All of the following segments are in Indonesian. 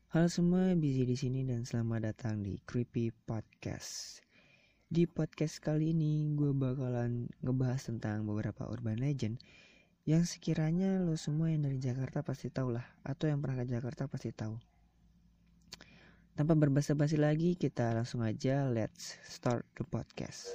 Halo semua, Busy di sini dan selamat datang di Creepy Podcast. Di podcast kali ini gue bakalan ngebahas tentang beberapa urban legend yang sekiranya lo semua yang dari Jakarta pasti tahu lah, atau yang pernah ke Jakarta pasti tahu. Tanpa berbasa-basi lagi, kita langsung aja let's start the podcast.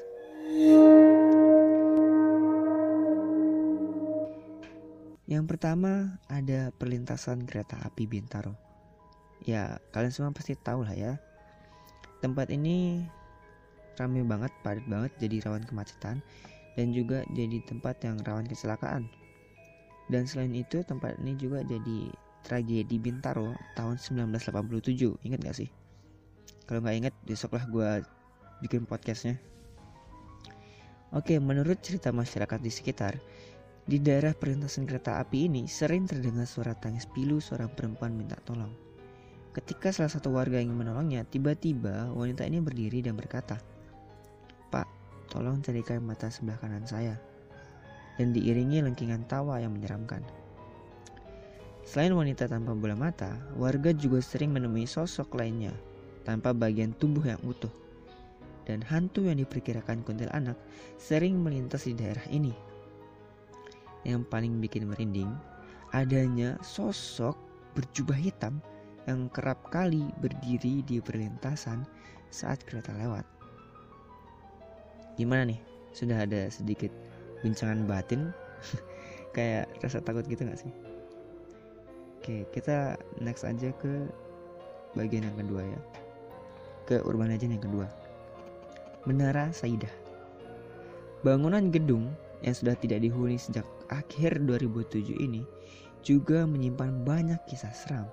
Yang pertama ada perlintasan kereta api Bintaro. Ya, kalian semua pasti tahu lah ya. Tempat ini ramai banget, padat banget, jadi rawan kemacetan dan juga jadi tempat yang rawan kecelakaan. Dan selain itu, tempat ini juga jadi tragedi Bintaro tahun 1987. Ingat gak sih? Kalau gak ingat, besoklah gue bikin podcastnya. Oke, menurut cerita masyarakat di sekitar, di daerah perlintasan kereta api ini sering terdengar suara tangis pilu seorang perempuan minta tolong. Ketika salah satu warga ingin menolongnya, tiba-tiba wanita ini berdiri dan berkata, "Pak, tolong carikan mata sebelah kanan saya." Dan diiringi lengkingan tawa yang menyeramkan. Selain wanita tanpa bola mata, warga juga sering menemui sosok lainnya tanpa bagian tubuh yang utuh. Dan hantu yang diperkirakan kuntilanak sering melintas di daerah ini. Yang paling bikin merinding, adanya sosok berjubah hitam yang kerap kali berdiri di perlintasan saat kereta lewat. Gimana nih? Sudah ada sedikit guncangan batin? Kayak rasa takut gitu gak sih? Oke, kita next aja ke bagian yang kedua ya. Ke urban legend yang kedua. Menara Saidah. Bangunan gedung yang sudah tidak dihuni sejak akhir 2007 ini juga menyimpan banyak kisah seram.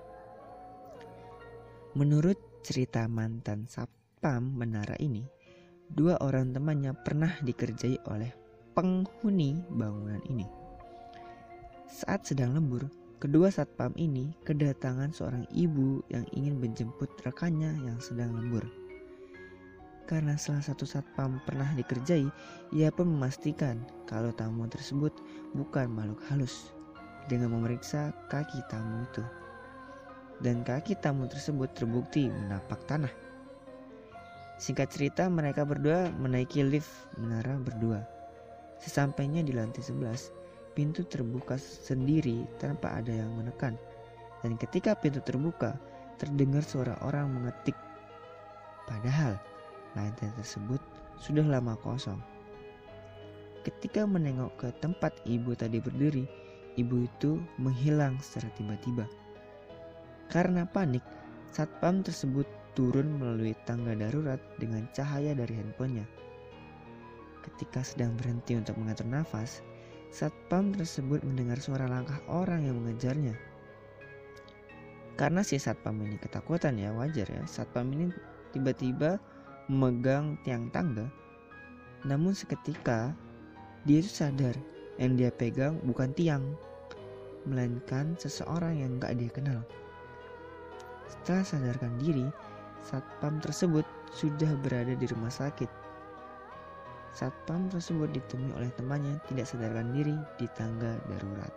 Menurut cerita mantan satpam menara ini, 2 orang temannya pernah dikerjai oleh penghuni bangunan ini. Saat sedang lembur, kedua satpam ini kedatangan seorang ibu yang ingin menjemput rekannya yang sedang lembur. Karena salah satu satpam pernah dikerjai, ia pun memastikan kalau tamu tersebut bukan makhluk halus dengan memeriksa kaki tamu itu. Dan kaki tamu tersebut terbukti menapak tanah. Singkat cerita, mereka berdua menaiki lift menara berdua. Sesampainya di lantai 11, pintu terbuka sendiri tanpa ada yang menekan. Dan ketika pintu terbuka, terdengar suara orang mengetik. Padahal lantai tersebut sudah lama kosong. Ketika menengok ke tempat ibu tadi berdiri, ibu itu menghilang secara tiba-tiba. Karena panik, satpam tersebut turun melalui tangga darurat dengan cahaya dari handphonenya. Ketika sedang berhenti untuk mengatur nafas, satpam tersebut mendengar suara langkah orang yang mengejarnya. Karena si satpam ini ketakutan ya, wajar ya, satpam ini tiba-tiba memegang tiang tangga. Namun seketika dia itu sadar yang dia pegang bukan tiang, melainkan seseorang yang gak dia kenal. Setelah sadarkan diri, satpam tersebut sudah berada di rumah sakit. Satpam tersebut ditemui oleh temannya tidak sadarkan diri di tangga darurat.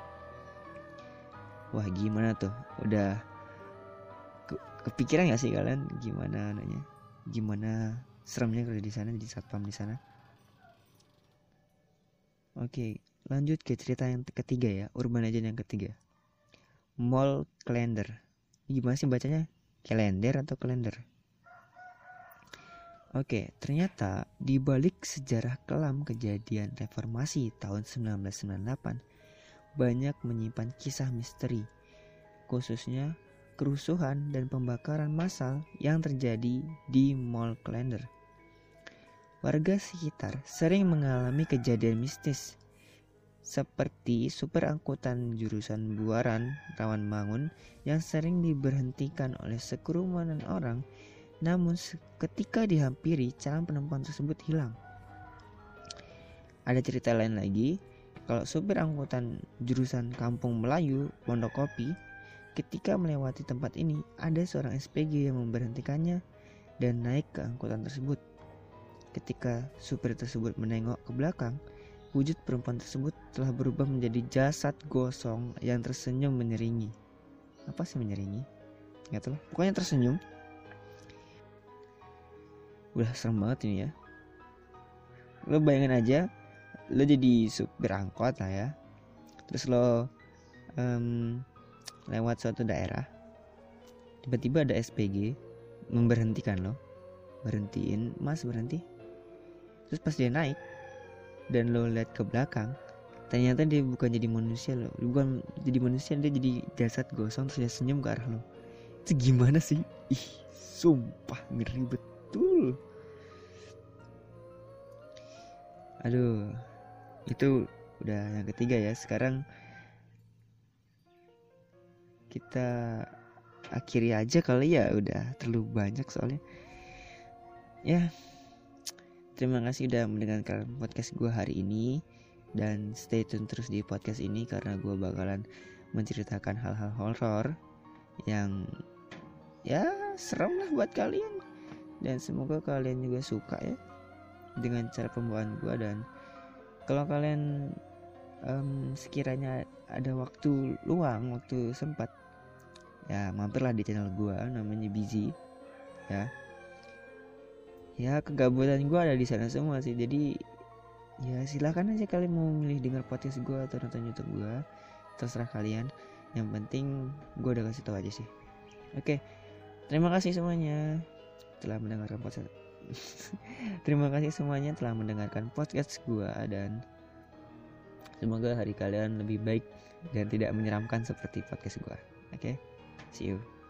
Wah, gimana tuh? Udah kepikiran gak sih kalian gimana seremnya kalau di sana, di satpam di sana? Oke, lanjut ke cerita yang ketiga ya, urban legend yang ketiga. Mall Kalender. Gimana sih bacanya? Kalender atau kalender? Oke, ternyata di balik sejarah kelam kejadian reformasi tahun 1998 banyak menyimpan kisah misteri, khususnya kerusuhan dan pembakaran massal yang terjadi di Mall Kalender. Warga sekitar sering mengalami kejadian mistis seperti supir angkutan jurusan Buaran Rawamangun yang sering diberhentikan oleh sekerumunan orang, namun ketika dihampiri calon penumpang tersebut hilang. Ada cerita lain lagi, kalau supir angkutan jurusan Kampung Melayu Pondokopi ketika melewati tempat ini, ada seorang SPG yang memberhentikannya dan naik ke angkutan tersebut. Ketika supir tersebut menengok ke belakang, wujud perempuan tersebut telah berubah menjadi jasad gosong yang tersenyum menyeringi. Apa sih menyeringi? Nggak tahu, pokoknya tersenyum. Udah serem banget ini ya. Lo bayangin aja, lo jadi supir angkot lah ya. Terus lo lewat suatu daerah, tiba-tiba ada SPG memberhentikan lo, berhentiin, mas berhenti. Terus pas dia naik dan lo lihat ke belakang, ternyata dia bukan jadi manusia lo, bukan jadi manusia, dia jadi jasad gosong. Terus dia senyum ke arah lo. Itu gimana sih? Ih, sumpah ngeri betul. Aduh, itu udah yang ketiga ya. Sekarang kita akhiri aja kali ya, udah terlalu banyak soalnya. Ya, terima kasih udah mendengarkan podcast gue hari ini. Dan stay tune terus di podcast ini, karena gue bakalan menceritakan hal-hal horor yang ya serem lah buat kalian. Dan semoga kalian juga suka ya dengan cara pembawaan gue. Dan kalau kalian sekiranya ada waktu luang, waktu sempat, ya mampirlah di channel gue, namanya Busy ya. Ya kegabutan gue ada di sana semua sih. Jadi ya silakan aja kalian mau milih dengar podcast gue atau nonton YouTube gue, terserah kalian. Yang penting gue udah kasih tahu aja sih. Oke, terima kasih semuanya telah mendengarkan podcast. Terima kasih semuanya telah mendengarkan podcast gue, dan semoga hari kalian lebih baik dan tidak menyeramkan seperti podcast gue. Oke, see you.